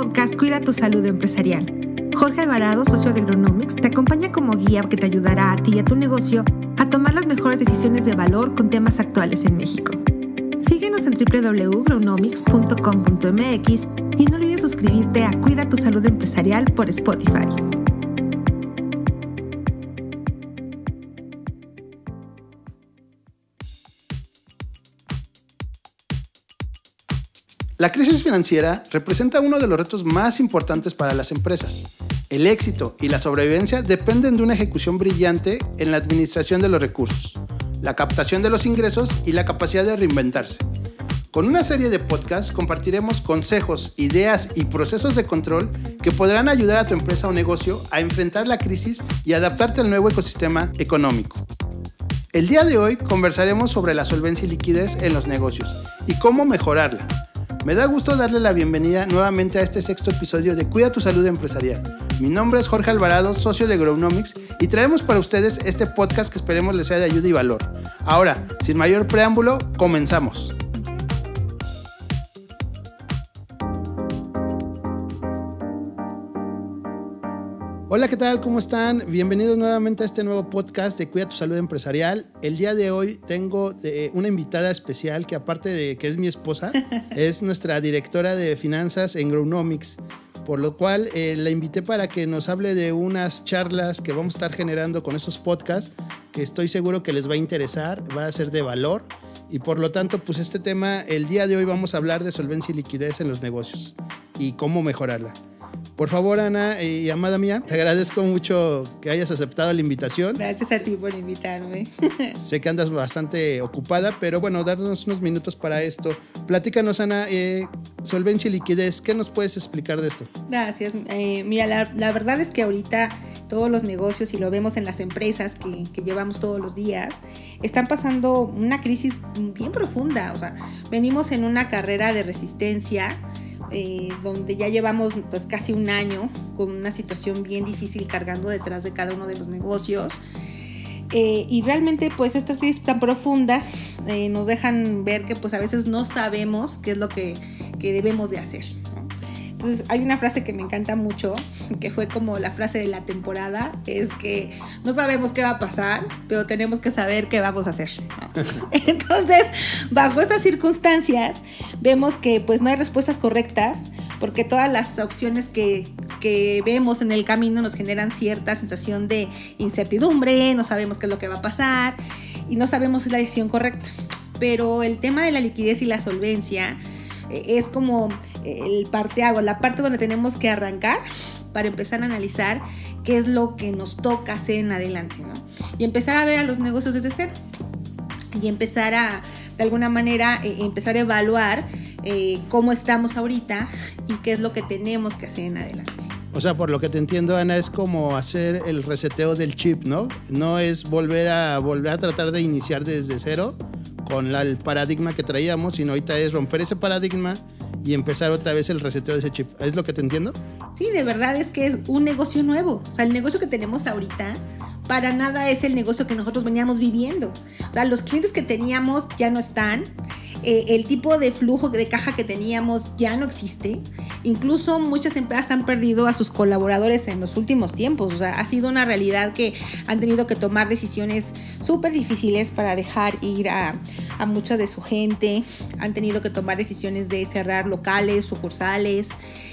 podcast Cuida tu Salud Empresarial. Jorge Alvarado, socio de Gronomics, te acompaña como guía que te ayudará a ti y a tu negocio a tomar las mejores decisiones de valor con temas actuales en México. Síguenos en www.gronomics.com.mx y no olvides suscribirte a Cuida tu Salud Empresarial por Spotify. La crisis financiera representa uno de los retos más importantes para las empresas. El éxito y la sobrevivencia dependen de una ejecución brillante en la administración de los recursos, la captación de los ingresos y la capacidad de reinventarse. Con una serie de podcasts compartiremos consejos, ideas y procesos de control que podrán ayudar a tu empresa o negocio a enfrentar la crisis y adaptarte al nuevo ecosistema económico. El día de hoy conversaremos sobre la solvencia y liquidez en los negocios y cómo mejorarla. Me da gusto darle la bienvenida nuevamente a este sexto episodio de Cuida tu Salud Empresarial. Mi nombre es Jorge Alvarado, socio de Gronomics, y traemos para ustedes este podcast que esperemos les sea de ayuda y valor. Ahora, sin mayor preámbulo, comenzamos. Hola, ¿qué tal? ¿Cómo están? Bienvenidos nuevamente a este nuevo podcast de Cuida tu Salud Empresarial. El día de hoy tengo una invitada especial que, aparte de que es mi esposa, es nuestra directora de finanzas en Gronomics, por lo cual la invité para que nos hable de unas charlas que vamos a estar generando con esos podcasts que estoy seguro que les va a interesar, va a ser de valor, y por lo tanto, pues este tema, el día de hoy vamos a hablar de solvencia y liquidez en los negocios y cómo mejorarla. Por favor, Ana y amada mía, te agradezco mucho que hayas aceptado la invitación. Gracias a ti por invitarme. Sé que andas bastante ocupada, pero bueno, darnos unos minutos para esto. Platícanos, Ana, solvencia y liquidez, ¿qué nos puedes explicar de esto? Gracias. Mira, la verdad es que ahorita todos los negocios, y lo vemos en las empresas que llevamos todos los días, están pasando una crisis bien profunda. O sea, venimos en una carrera de resistencia, donde ya llevamos pues casi un año con una situación bien difícil cargando detrás de cada uno de los negocios, y realmente pues estas crisis tan profundas nos dejan ver que pues a veces no sabemos qué es lo que debemos de hacer, ¿no? Entonces hay una frase que me encanta mucho, que fue como la frase de la temporada, es que no sabemos qué va a pasar, pero tenemos que saber qué vamos a hacer, ¿no? Entonces, bajo estas circunstancias, vemos que pues no hay respuestas correctas, porque todas las opciones que vemos en el camino nos generan cierta sensación de incertidumbre, no sabemos qué es lo que va a pasar y no sabemos si es la decisión correcta. Pero el tema de la liquidez y la solvencia es como el parteaguas, la parte donde tenemos que arrancar para empezar a analizar qué es lo que nos toca hacer en adelante, ¿no? Y empezar a ver a los negocios desde cero y empezar a, de alguna manera, empezar a evaluar cómo estamos ahorita y qué es lo que tenemos que hacer en adelante. O sea, por lo que te entiendo, Ana, es como hacer el reseteo del chip, ¿no? No es volver a tratar de iniciar desde cero con el paradigma que traíamos, sino ahorita es romper ese paradigma y empezar otra vez el reseteo de ese chip. ¿Es lo que te entiendo? Sí, de verdad es que es un negocio nuevo. O sea, el negocio que tenemos ahorita para nada es el negocio que nosotros veníamos viviendo. O sea, los clientes que teníamos ya no están. El tipo de flujo de caja que teníamos ya no existe. Incluso muchas empresas han perdido a sus colaboradores en los últimos tiempos. O sea, ha sido una realidad que han tenido que tomar decisiones súper difíciles para dejar ir a mucha de su gente. Han tenido que tomar decisiones de cerrar locales, sucursales,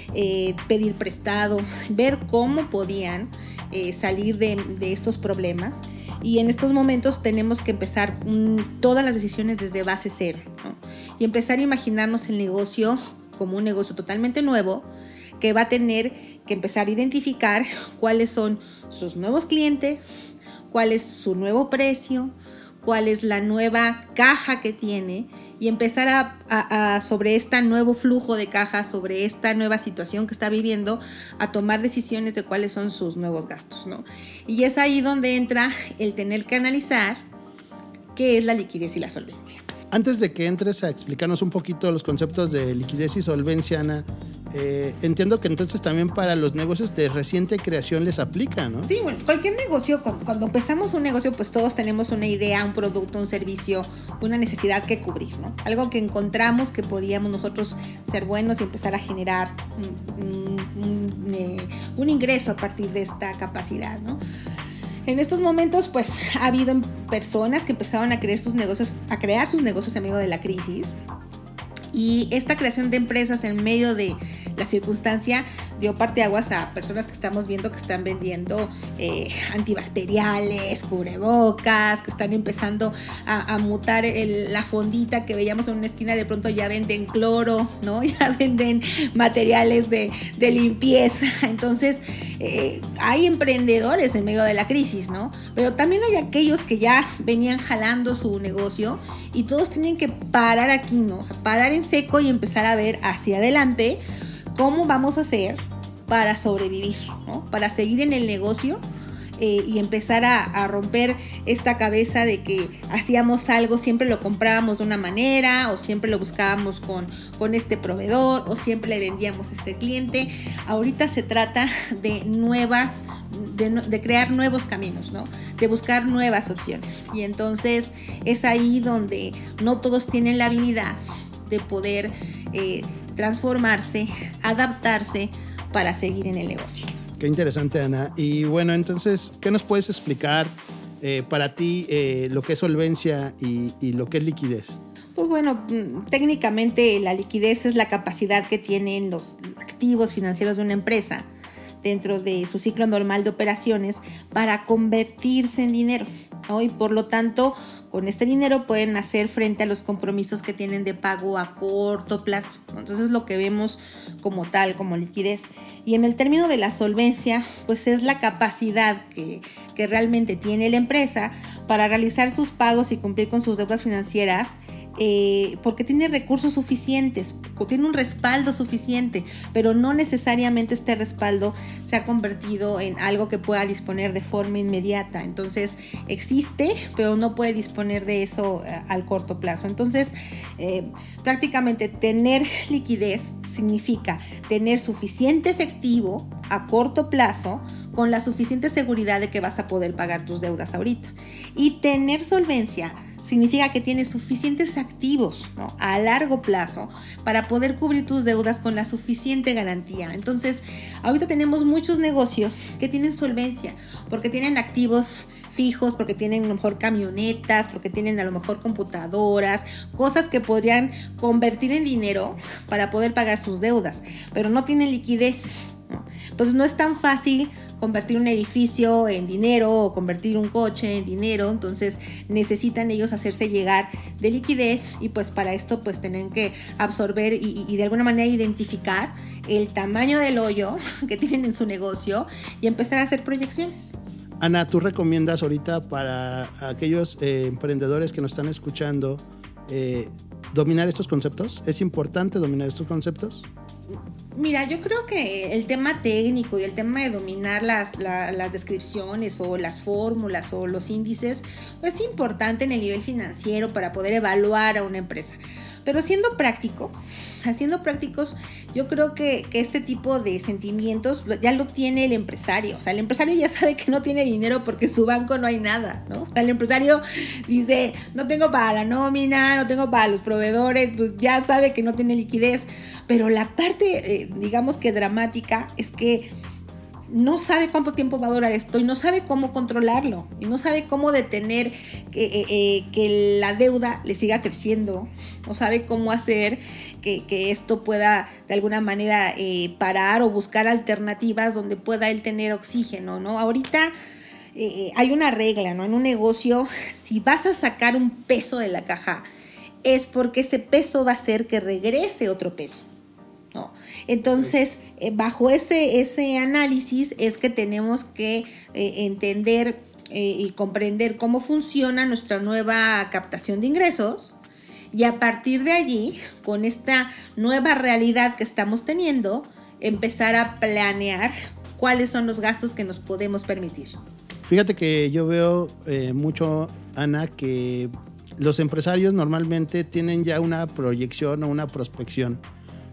pedir prestado, ver cómo podían salir de estos problemas. Y en estos momentos tenemos que empezar todas las decisiones desde base cero, ¿no? Y empezar a imaginarnos el negocio como un negocio totalmente nuevo que va a tener que empezar a identificar cuáles son sus nuevos clientes, cuál es su nuevo precio, cuál es la nueva caja que tiene, y empezar sobre este nuevo flujo de caja, sobre esta nueva situación que está viviendo, a tomar decisiones de cuáles son sus nuevos gastos, ¿no? Y es ahí donde entra el tener que analizar qué es la liquidez y la solvencia. Antes de que entres a explicarnos un poquito los conceptos de liquidez y solvencia, Ana, entiendo que entonces también para los negocios de reciente creación les aplica, ¿no? Sí, bueno, cualquier negocio, cuando empezamos un negocio, pues todos tenemos una idea, un producto, un servicio, una necesidad que cubrir, ¿no? Algo que encontramos que podíamos nosotros ser buenos y empezar a generar un ingreso a partir de esta capacidad, ¿no? En estos momentos, pues, ha habido personas que empezaron a crear sus negocios en medio de la crisis. Y esta creación de empresas en medio de la circunstancia dio parteaguas a personas que estamos viendo que están vendiendo antibacteriales, cubrebocas, que están empezando a mutar la fondita que veíamos en una esquina, de pronto ya venden cloro, ¿no? Ya venden materiales de limpieza. Entonces, hay emprendedores en medio de la crisis, ¿no? Pero también hay aquellos que ya venían jalando su negocio y todos tienen que parar aquí, ¿no? O sea, parar en seco y empezar a ver hacia adelante cómo vamos a hacer para sobrevivir, ¿no? Para seguir en el negocio y empezar a romper esta cabeza de que hacíamos algo, siempre lo comprábamos de una manera, o siempre lo buscábamos con este proveedor, o siempre le vendíamos a este cliente. Ahorita se trata de de crear nuevos caminos, ¿no? De buscar nuevas opciones. Y entonces es ahí donde no todos tienen la habilidad de poder transformarse, adaptarse para seguir en el negocio. Qué interesante, Ana. Y bueno, entonces, ¿qué nos puedes explicar para ti lo que es solvencia y lo que es liquidez? Pues bueno, técnicamente la liquidez es la capacidad que tienen los activos financieros de una empresa dentro de su ciclo normal de operaciones para convertirse en dinero, ¿no? Y por lo tanto, con este dinero pueden hacer frente a los compromisos que tienen de pago a corto plazo. Entonces es lo que vemos como tal, como liquidez. Y en el término de la solvencia, pues es la capacidad que realmente tiene la empresa para realizar sus pagos y cumplir con sus deudas financieras, porque tiene recursos suficientes, tiene un respaldo suficiente, pero no necesariamente este respaldo se ha convertido en algo que pueda disponer de forma inmediata. Entonces existe, pero no puede disponer de eso al corto plazo. Entonces prácticamente tener liquidez significa tener suficiente efectivo a corto plazo con la suficiente seguridad de que vas a poder pagar tus deudas ahorita. Y tener solvencia significa que tienes suficientes activos, ¿no?, a largo plazo para poder cubrir tus deudas con la suficiente garantía. Entonces, ahorita tenemos muchos negocios que tienen solvencia porque tienen activos fijos, porque tienen a lo mejor camionetas, porque tienen a lo mejor computadoras, cosas que podrían convertir en dinero para poder pagar sus deudas, pero no tienen liquidez, ¿no? Entonces, no es tan fácil convertir un edificio en dinero o convertir un coche en dinero. Entonces necesitan ellos hacerse llegar de liquidez, y pues para esto pues tienen que absorber y de alguna manera identificar el tamaño del hoyo que tienen en su negocio y empezar a hacer proyecciones. Ana, ¿tú recomiendas ahorita para aquellos emprendedores que nos están escuchando dominar estos conceptos? ¿Es importante dominar estos conceptos? Mira, yo creo que el tema técnico y el tema de dominar las descripciones o las fórmulas o los índices es importante en el nivel financiero para poder evaluar a una empresa. Pero siendo prácticos, yo creo que este tipo de sentimientos ya lo tiene el empresario. O sea, el empresario ya sabe que no tiene dinero porque en su banco no hay nada, ¿no? O sea, el empresario dice, no tengo para la nómina, no tengo para los proveedores, pues ya sabe que no tiene liquidez. Pero la parte, digamos que dramática, es que no sabe cuánto tiempo va a durar esto y no sabe cómo controlarlo y no sabe cómo detener que la deuda le siga creciendo, no sabe cómo hacer que esto pueda de alguna manera parar o buscar alternativas donde pueda él tener oxígeno, ¿no? Ahorita hay una regla, ¿no? En un negocio, si vas a sacar un peso de la caja, es porque ese peso va a hacer que regrese otro peso, ¿no? Entonces, bajo ese análisis es que tenemos que entender y comprender cómo funciona nuestra nueva captación de ingresos, y a partir de allí, con esta nueva realidad que estamos teniendo, empezar a planear cuáles son los gastos que nos podemos permitir. Fíjate que yo veo mucho, Ana, que los empresarios normalmente tienen ya una proyección o una prospección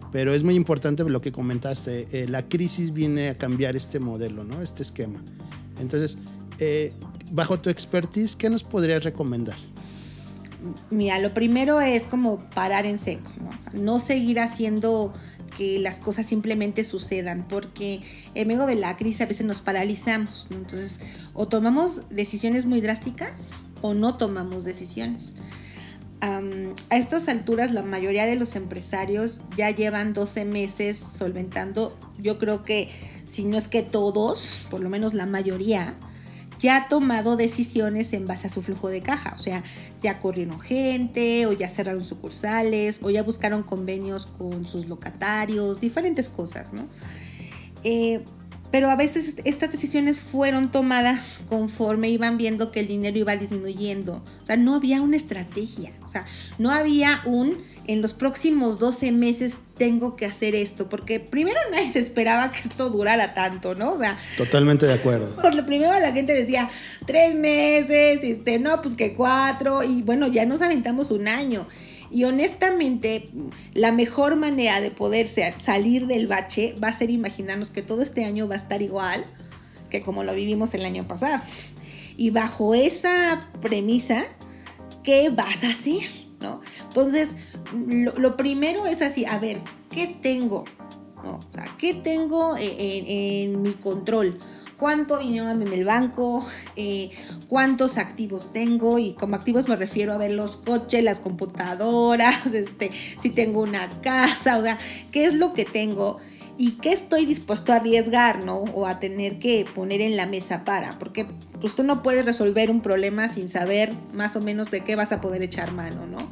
pero es muy importante lo que comentaste. La crisis viene a cambiar este modelo, ¿no? Este esquema. Entonces, bajo tu expertise, ¿qué nos podrías recomendar? Mira, lo primero es como parar en seco, ¿no? No seguir haciendo que las cosas simplemente sucedan, porque en medio de la crisis a veces nos paralizamos, ¿no? Entonces, o tomamos decisiones muy drásticas o no tomamos decisiones. A estas alturas la mayoría de los empresarios ya llevan 12 meses solventando. Yo creo que si no es que todos, por lo menos la mayoría, ya ha tomado decisiones en base a su flujo de caja. O sea, ya corrieron gente, o ya cerraron sucursales, o ya buscaron convenios con sus locatarios, diferentes cosas, ¿no? Pero a veces estas decisiones fueron tomadas conforme iban viendo que el dinero iba disminuyendo. O sea, no había una estrategia. O sea, no había en los próximos 12 meses tengo que hacer esto. Porque primero nadie se esperaba que esto durara tanto, ¿no? O sea, totalmente de acuerdo. Primero la gente decía 3 meses, no, pues que 4. Y bueno, ya nos aventamos un año. Y honestamente, la mejor manera de poderse salir del bache va a ser imaginarnos que todo este año va a estar igual que como lo vivimos el año pasado. Y bajo esa premisa, ¿qué vas a hacer? ¿No? Entonces, lo primero es así, a ver, ¿qué tengo? ¿No? O sea, ¿qué tengo en mi control? ¿Cuánto dinero hay en el banco? ¿Cuántos activos tengo? Y como activos me refiero a ver los coches, las computadoras, si tengo una casa, o sea, ¿qué es lo que tengo? ¿Y qué estoy dispuesto a arriesgar, ¿no? O a tener que poner en la mesa porque pues tú no puedes resolver un problema sin saber más o menos de qué vas a poder echar mano, ¿no?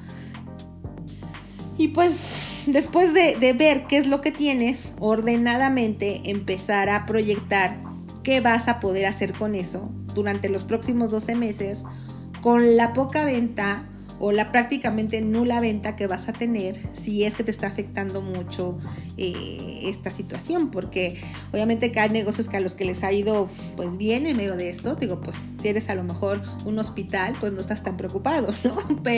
Y pues después de ver qué es lo que tienes, ordenadamente empezar a proyectar qué vas a poder hacer con eso durante los próximos 12 meses con la poca venta o la prácticamente nula venta que vas a tener si es que te está afectando mucho esta situación, porque obviamente que hay negocios que a los que les ha ido pues bien en medio de esto, digo, pues si eres a lo mejor un hospital pues no estás tan preocupado, ¿no?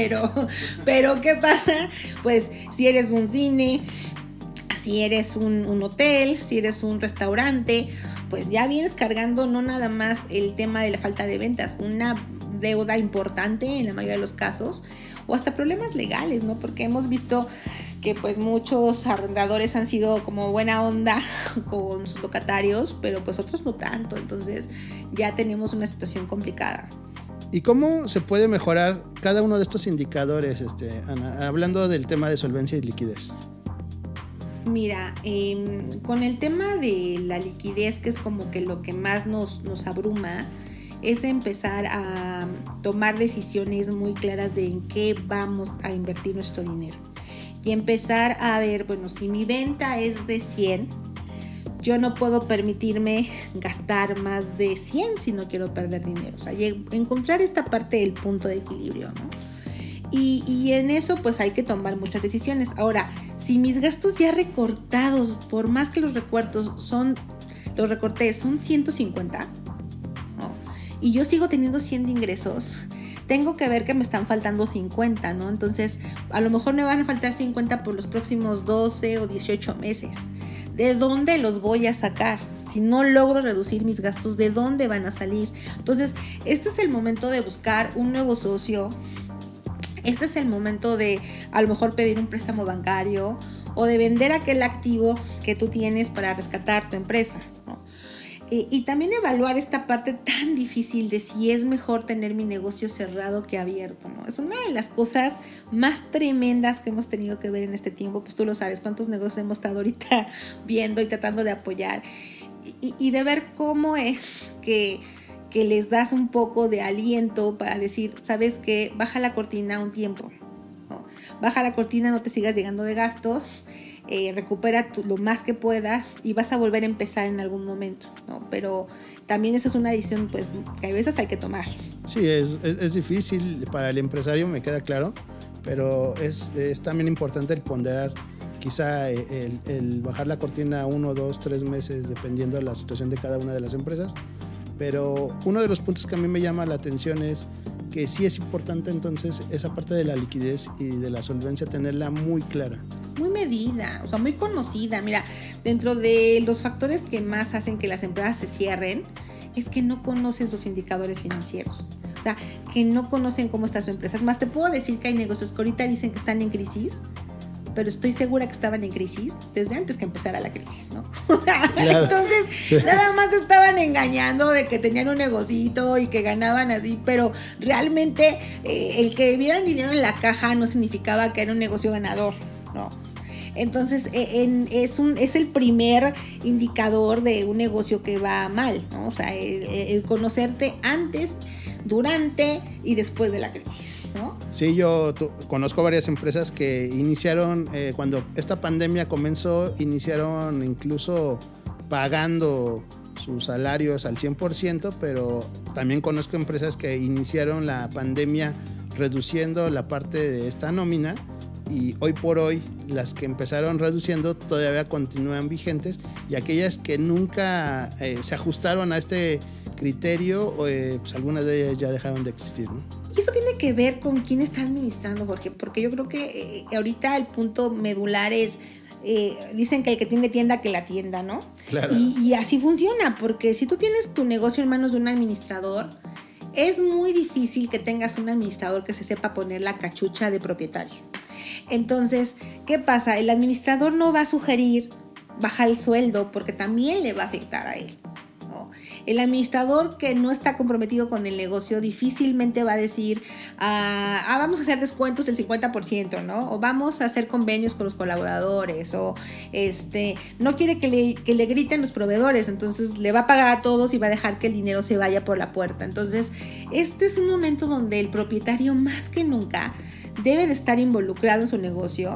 Pero ¿qué pasa? Pues si eres un cine, si eres un hotel, si eres un restaurante, pues ya vienes cargando no nada más el tema de la falta de ventas, una deuda importante en la mayoría de los casos, o hasta problemas legales, ¿no? Porque hemos visto que pues muchos arrendadores han sido como buena onda con sus locatarios, pero pues otros no tanto, entonces ya tenemos una situación complicada. ¿Y cómo se puede mejorar cada uno de estos indicadores, Ana? Hablando del tema de solvencia y liquidez. Mira, con el tema de la liquidez, que es como que lo que más nos abruma, es empezar a tomar decisiones muy claras de en qué vamos a invertir nuestro dinero. Y empezar a ver, bueno, si mi venta es de 100, yo no puedo permitirme gastar más de 100 si no quiero perder dinero. O sea, encontrar esta parte del punto de equilibrio, ¿no? Y en eso pues hay que tomar muchas decisiones. Ahora, si mis gastos ya recortados, por más que los recorté son 150, ¿no? Y yo sigo teniendo 100 de ingresos, tengo que ver que me están faltando 50, ¿no? Entonces, a lo mejor me van a faltar 50 por los próximos 12 o 18 meses. ¿De dónde los voy a sacar? Si no logro reducir mis gastos, ¿de dónde van a salir? Entonces, este es el momento de buscar un nuevo socio. Este es el momento de a lo mejor pedir un préstamo bancario o de vender aquel activo que tú tienes para rescatar tu empresa, ¿no? Y también evaluar esta parte tan difícil de si es mejor tener mi negocio cerrado que abierto, ¿no? Es una de las cosas más tremendas que hemos tenido que ver en este tiempo. Pues tú lo sabes, cuántos negocios hemos estado ahorita viendo y tratando de apoyar y de ver cómo es que les das un poco de aliento para decir, ¿sabes qué? Baja la cortina un tiempo, ¿no? Baja la cortina, no te sigas llegando de gastos, recupera lo más que puedas y vas a volver a empezar en algún momento, ¿no? Pero también esa es una decisión pues, que a veces hay que tomar. Sí, es difícil para el empresario, me queda claro, pero es también importante el ponderar quizá el bajar la cortina 1, 2, 3 meses, dependiendo de la situación de cada una de las empresas. Pero uno de los puntos que a mí me llama la atención es que sí es importante entonces esa parte de la liquidez y de la solvencia tenerla muy clara. muy medida, o sea, muy conocida. Mira, dentro de los factores que más hacen que las empresas se cierren es que no conocen sus indicadores financieros. O sea, que no conocen cómo está su empresa. Es más, te puedo decir que hay negocios que ahorita dicen que están en crisis, pero estoy segura que estaban en crisis desde antes que empezara la crisis, ¿no? Claro. Entonces, sí, nada más estaban engañando de que tenían un negocito y que ganaban así, pero realmente el que vieran dinero en la caja no significaba que era un negocio ganador, ¿no? Entonces, es el primer indicador de un negocio que va mal, ¿no? O sea, el conocerte antes, durante y después de la crisis, ¿no? Sí, yo conozco varias empresas que iniciaron, cuando esta pandemia comenzó, iniciaron incluso pagando sus salarios al 100%, pero también conozco empresas que iniciaron la pandemia reduciendo la parte de esta nómina, y hoy por hoy las que empezaron reduciendo todavía continúan vigentes, y aquellas que nunca se ajustaron a este criterio, pues algunas de ellas ya dejaron de existir, ¿no? Y eso tiene que ver con quién está administrando, Jorge, porque yo creo que ahorita el punto medular es, dicen que el que tiene tienda, que la tienda, ¿no? Claro. Y así funciona, porque si tú tienes tu negocio en manos de un administrador, es muy difícil que tengas un administrador que se sepa poner la cachucha de propietario. Entonces, ¿qué pasa? El administrador no va a sugerir bajar el sueldo porque también le va a afectar a él, ¿no? El administrador que no está comprometido con el negocio difícilmente va a decir, vamos a hacer descuentos del 50%, ¿no? O vamos a hacer convenios con los colaboradores, o no quiere que le griten los proveedores, entonces le va a pagar a todos y va a dejar que el dinero se vaya por la puerta. Entonces, este es un momento donde el propietario más que nunca debe de estar involucrado en su negocio,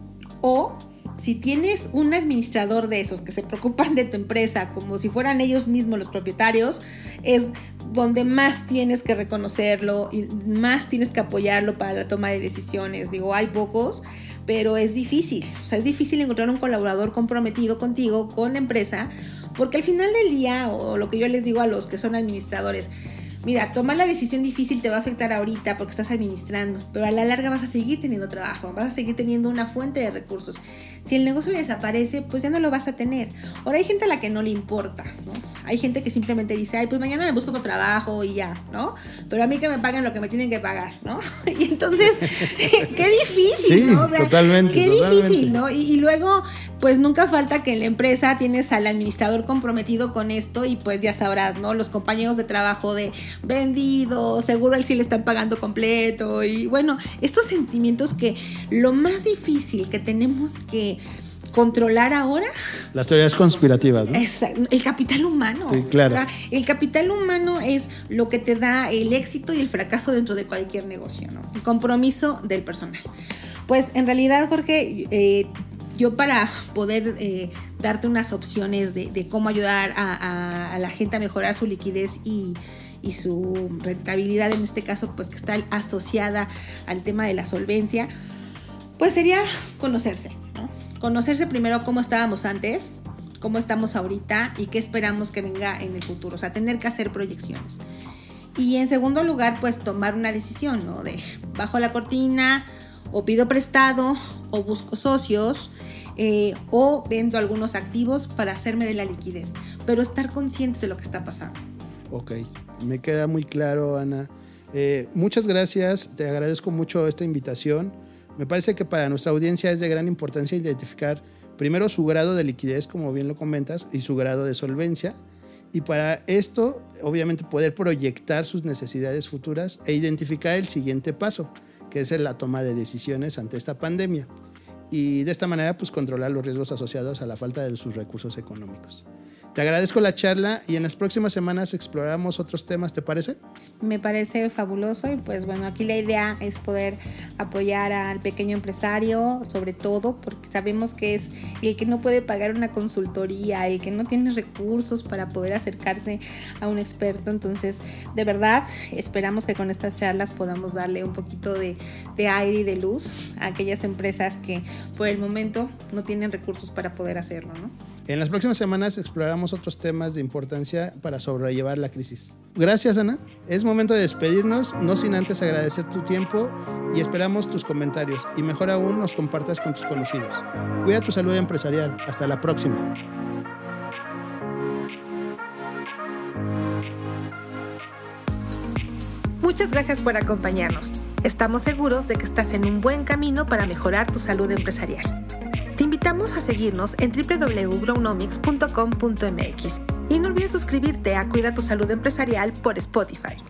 o si tienes un administrador de esos que se preocupan de tu empresa como si fueran ellos mismos los propietarios, es donde más tienes que reconocerlo y más tienes que apoyarlo para la toma de decisiones. Digo, hay pocos, pero es difícil. O sea, es difícil encontrar un colaborador comprometido contigo, con la empresa, porque al final del día, o lo que yo les digo a los que son administradores, mira, tomar la decisión difícil te va a afectar ahorita porque estás administrando, pero a la larga vas a seguir teniendo trabajo, vas a seguir teniendo una fuente de recursos. Si el negocio desaparece, pues ya no lo vas a tener. Ahora hay gente a la que no le importa, ¿no? O sea, hay gente que simplemente dice, ay, pues mañana me busco otro trabajo y ya, ¿no? Pero a mí que me paguen lo que me tienen que pagar, ¿no? Y entonces, qué difícil, sí, ¿no? O sea, totalmente, qué totalmente difícil, ¿no? Y luego, pues nunca falta que en la empresa tienes al administrador comprometido con esto y pues ya sabrás, ¿no? Los compañeros de trabajo de vendido, seguro él sí le están pagando completo, y bueno, estos sentimientos que lo más difícil que tenemos que controlar ahora, las teorías conspirativas, ¿no? El capital humano. Sí, claro. O sea, el capital humano es lo que te da el éxito y el fracaso dentro de cualquier negocio, ¿no? El compromiso del personal. Pues en realidad, Jorge, yo para poder darte unas opciones de cómo ayudar a la gente a mejorar su liquidez y su rentabilidad, en este caso, pues que está asociada al tema de la solvencia, pues sería conocerse, ¿no? Conocerse primero cómo estábamos antes, cómo estamos ahorita y qué esperamos que venga en el futuro. O sea, tener que hacer proyecciones. Y en segundo lugar, pues tomar una decisión, ¿no? De bajo la cortina, o pido prestado, o busco socios, o vendo algunos activos para hacerme de la liquidez. Pero estar conscientes de lo que está pasando. Ok, me queda muy claro, Ana. Muchas gracias, te agradezco mucho esta invitación. Me parece que para nuestra audiencia es de gran importancia identificar primero su grado de liquidez, como bien lo comentas, y su grado de solvencia. Y para esto, obviamente, poder proyectar sus necesidades futuras e identificar el siguiente paso, que es la toma de decisiones ante esta pandemia. Y de esta manera, pues, controlar los riesgos asociados a la falta de sus recursos económicos. Te agradezco la charla y en las próximas semanas exploramos otros temas, ¿te parece? Me parece fabuloso y pues bueno, aquí la idea es poder apoyar al pequeño empresario, sobre todo porque sabemos que es el que no puede pagar una consultoría, el que no tiene recursos para poder acercarse a un experto. Entonces, de verdad, esperamos que con estas charlas podamos darle un poquito de aire y de luz a aquellas empresas que por el momento no tienen recursos para poder hacerlo, ¿no? En las próximas semanas exploramos otros temas de importancia para sobrellevar la crisis. Gracias, Ana. Es momento de despedirnos, no sin antes agradecer tu tiempo y esperamos tus comentarios. Y mejor aún, nos compartas con tus conocidos. Cuida tu salud empresarial. Hasta la próxima. Muchas gracias por acompañarnos. Estamos seguros de que estás en un buen camino para mejorar tu salud empresarial. Te invitamos a seguirnos en www.grownomics.com.mx y no olvides suscribirte a Cuida tu Salud Empresarial por Spotify.